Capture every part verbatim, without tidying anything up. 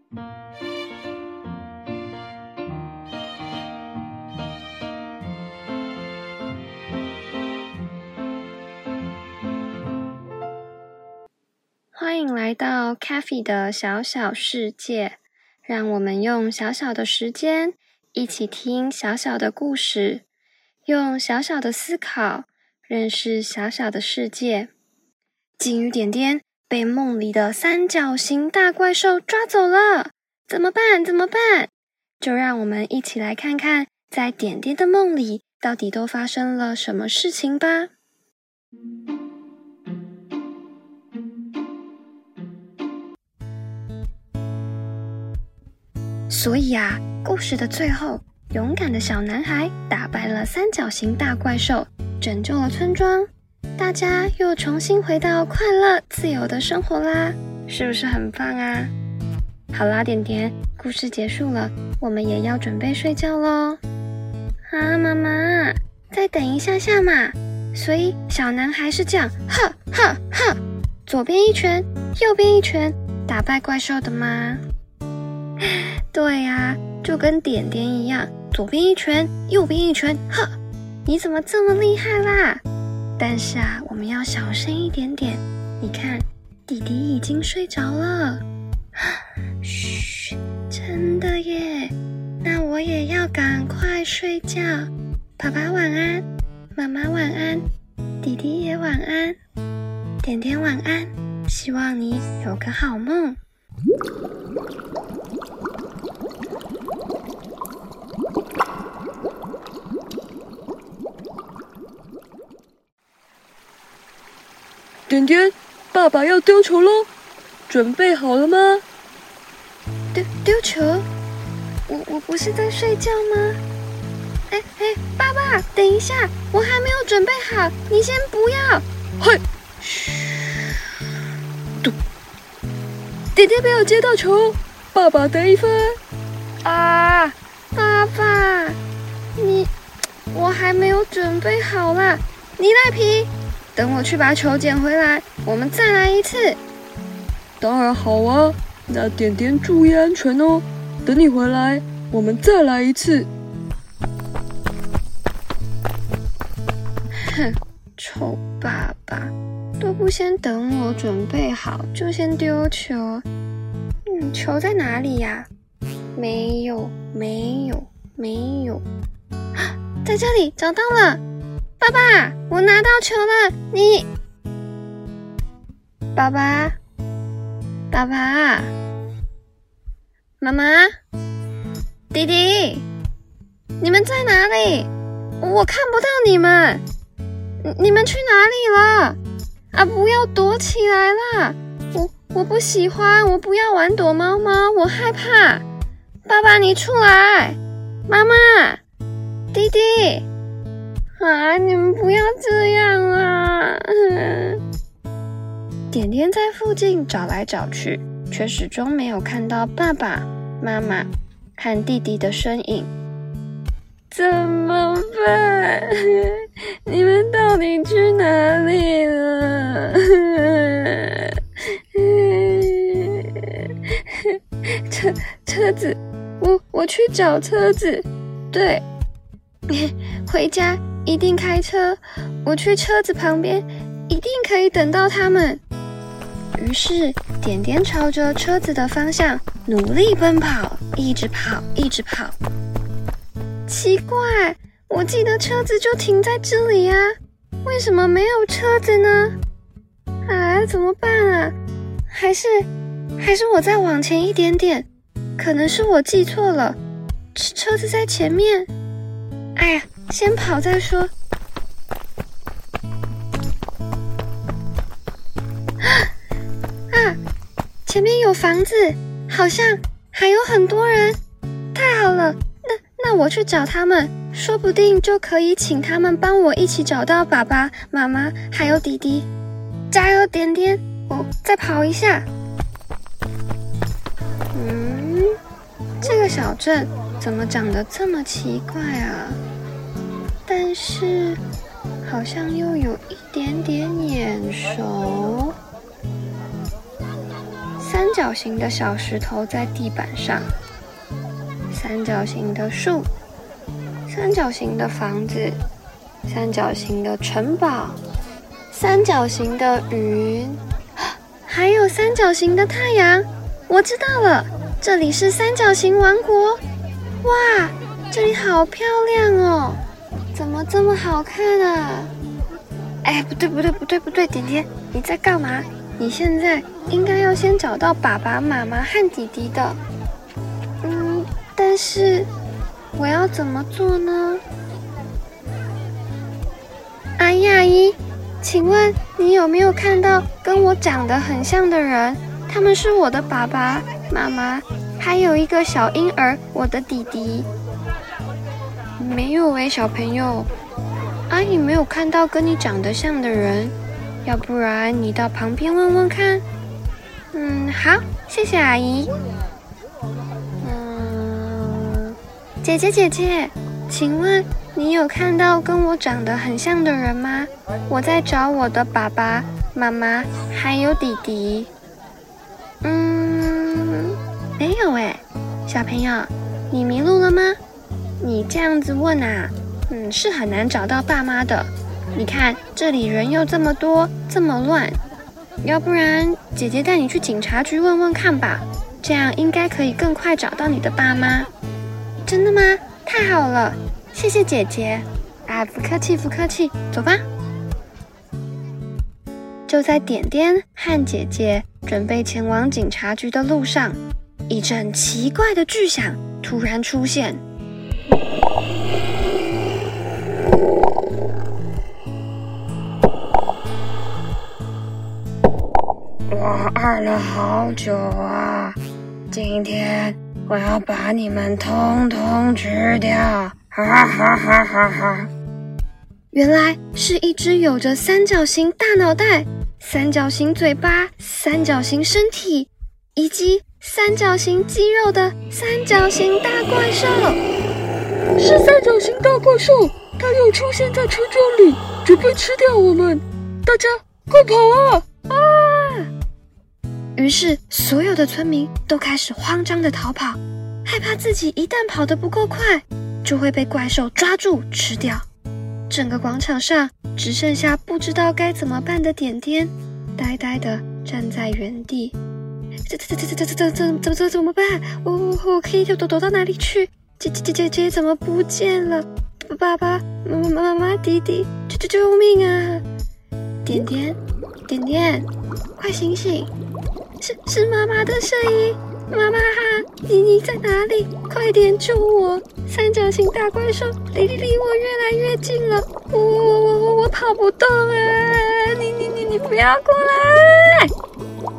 欢迎来到 Kathy 的小小世界，让我们用小小的时间一起听小小的故事，用小小的思考认识小小的世界。金鱼点点被梦里的三角形大怪兽抓走了，怎么办？怎么办？就让我们一起来看看，在点点的梦里到底都发生了什么事情吧。所以啊，故事的最后，勇敢的小男孩打败了三角形大怪兽，拯救了村庄，大家又重新回到快乐自由的生活啦，是不是很棒啊？好啦，点点，故事结束了，我们也要准备睡觉咯。啊，妈妈，再等一下下嘛。所以小男孩是这样，呵呵呵，左边一拳，右边一拳，打败怪兽的吗？对呀、啊，就跟点点一样，左边一拳，右边一拳，呵，你怎么这么厉害啦？但是啊，我们要小声一点点。你看，弟弟已经睡着了。嘘，真的耶！那我也要赶快睡觉。爸爸晚安，妈妈晚安，弟弟也晚安，点点晚安。希望你有个好梦。 点点，爸爸要丢球咯，准备好了吗？ 丢丢球？我我不是在睡觉吗？哎哎，爸爸，等一下，我还没有准备好，你先不要。 嘿，嘘，嘟，点点没有接到球，爸爸得一分。 啊，爸爸，你，我还没有准备好啦，你赖皮。等我去把球捡回来，我们再来一次。 当然好啊，那点点注意安全哦。等你回来，我们再来一次。 哼，臭爸爸，都不先等我准备好，就先丢球。嗯，球在哪里呀？没有，没有，没有。啊，在这里，找到了。爸爸，我拿到球了，你……爸爸，爸爸，妈妈，弟弟，你们在哪里？我看不到你们，你们去哪里了？啊，不要躲起来啦！我我不喜欢，我不要玩躲猫猫，我害怕。爸爸，你出来！妈妈，弟弟。啊！你们不要这样啊！点点在附近找来找去，却始终没有看到爸爸妈妈和弟弟的身影。怎么办？你们到底去哪里了？车车子，我我去找车子。对，回家。一定开车，我去车子旁边，一定可以等到他们。于是，点点朝着车子的方向努力奔跑，一直跑，一直跑。奇怪，我记得车子就停在这里啊，为什么没有车子呢？啊，怎么办啊？还是，还是我再往前一点点，可能是我记错了，车子在前面。哎呀！先跑再说。啊！前面有房子，好像还有很多人。太好了，那那我去找他们，说不定就可以请他们帮我一起找到爸爸妈妈还有弟弟。加油，点点！我再跑一下。嗯，这个小镇怎么长得这么奇怪啊？但是好像又有一点点眼熟。三三角形的小石头在地板上，三角形的树，三角形的房子，三角形的城堡，三角形的云，还有三角形的太阳。我知道了，这里是三角形王国。哇，这里好漂亮哦，怎么这么好看啊？哎，不对不对不对不对，点点，你在干嘛？你现在应该要先找到爸爸妈妈和弟弟的。嗯，但是我要怎么做呢？阿姨阿姨，请问你有没有看到跟我长得很像的人？他们是我的爸爸妈妈，还有一个小婴儿，我的弟弟。没有诶，小朋友，阿姨没有看到跟你长得像的人，要不然你到旁边问问看。嗯，好，谢谢阿姨。嗯，姐姐姐姐，请问你有看到跟我长得很像的人吗？我在找我的爸爸妈妈还有弟弟。嗯，没有诶，小朋友，你迷路了吗？你这样子问啊，嗯，是很难找到爸妈的。你看这里人又这么多，这么乱，要不然姐姐带你去警察局问问看吧，这样应该可以更快找到你的爸妈。真的吗？太好了，谢谢姐姐。啊，不客气不客气，走吧。就在点点和姐姐准备前往警察局的路上，一阵奇怪的巨响突然出现。 我饿了好久啊，今天我要把你们通通吃掉，哈哈哈哈哈！ 原来是一只有着三角形大脑袋、三角形嘴巴、三角形身体以及三角形肌肉的三角形大怪兽。 是三角形大怪兽，它又出现在村庄里，准备吃掉我们！大家快跑啊！啊！ 于是所有的村民都开始慌张地逃跑，害怕自己一旦跑得不够快，就会被怪兽抓住吃掉。整个广场上只剩下不知道该怎么办的点点，呆呆地站在原地。这这这这这这这怎怎怎怎么办？我我我可以躲躲到哪里去？姐姐姐姐姐怎么不见了？爸爸妈妈妈妈弟弟，救救救命啊！点点点点，快醒醒！是是妈妈的声音，妈妈，你你在哪里？快点救我！三角形大怪兽离离离我越来越近了，我我我我我跑不动啊！你你你你不要过来！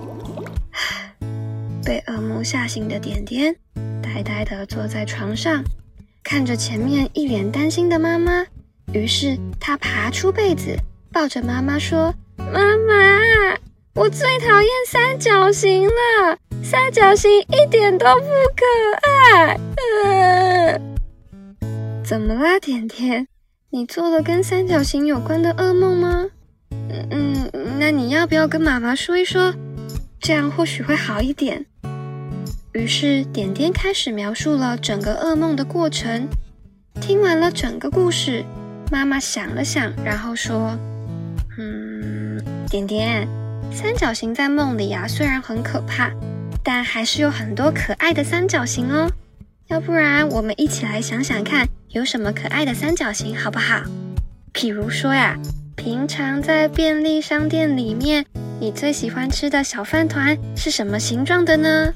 被噩梦吓醒的点点，呆呆地坐在床上，看着前面一脸担心的妈妈。于是他爬出被子，抱着妈妈说：“妈妈，我最讨厌三角形了，三角形一点都不可爱。呃”怎么啦，点点？你做了跟三角形有关的噩梦吗？嗯嗯，那你要不要跟妈妈说一说？这样或许会好一点。于是点点开始描述了整个噩梦的过程。听完了整个故事，妈妈想了想，然后说：“嗯，点点，三角形在梦里啊，虽然很可怕，但还是有很多可爱的三角形哦。要不然我们一起来想想看，有什么可爱的三角形，好不好？譬如说呀，平常在便利商店里面，你最喜欢吃的小饭团是什么形状的呢？”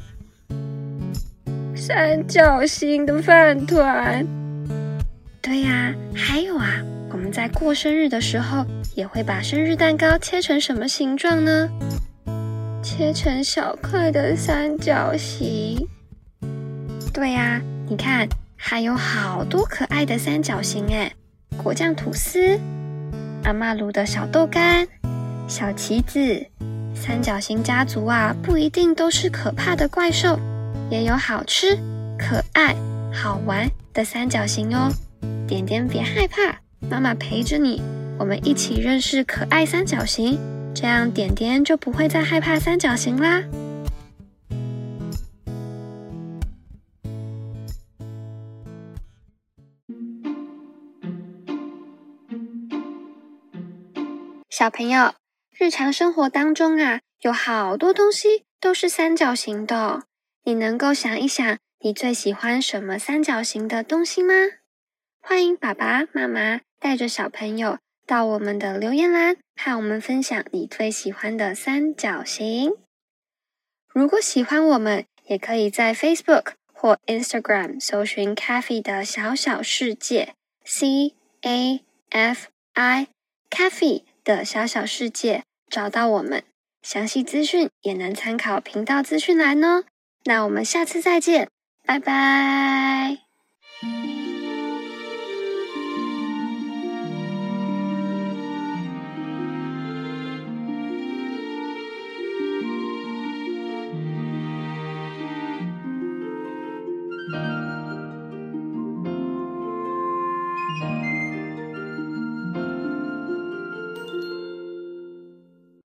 三角形的饭团。对呀，还有啊，我们在过生日的时候，也会把生日蛋糕切成什么形状呢？切成小块的三角形。对呀，你看，还有好多可爱的三角形诶，果酱吐司，阿嬷卤的小豆干，小旗子。三角形家族啊，不一定都是可怕的怪兽，也有好吃、可爱、好玩的三角形哦。点点别害怕，妈妈陪着你，我们一起认识可爱三角形，这样点点就不会再害怕三角形啦。 小朋友，日常生活当中啊，有好多东西都是三角形的哦。你能够想一想，你最喜欢什么三角形的东西吗？欢迎爸爸妈妈带着小朋友到我们的留言栏，和我们分享你最喜欢的三角形。如果喜欢我们，也可以在 Facebook 或 Instagram 搜寻 Cafi 的小小世界 C A F I Cafi 的小小世界找到我们，详细资讯也能参考频道资讯栏哦。那我们下次再见，拜拜。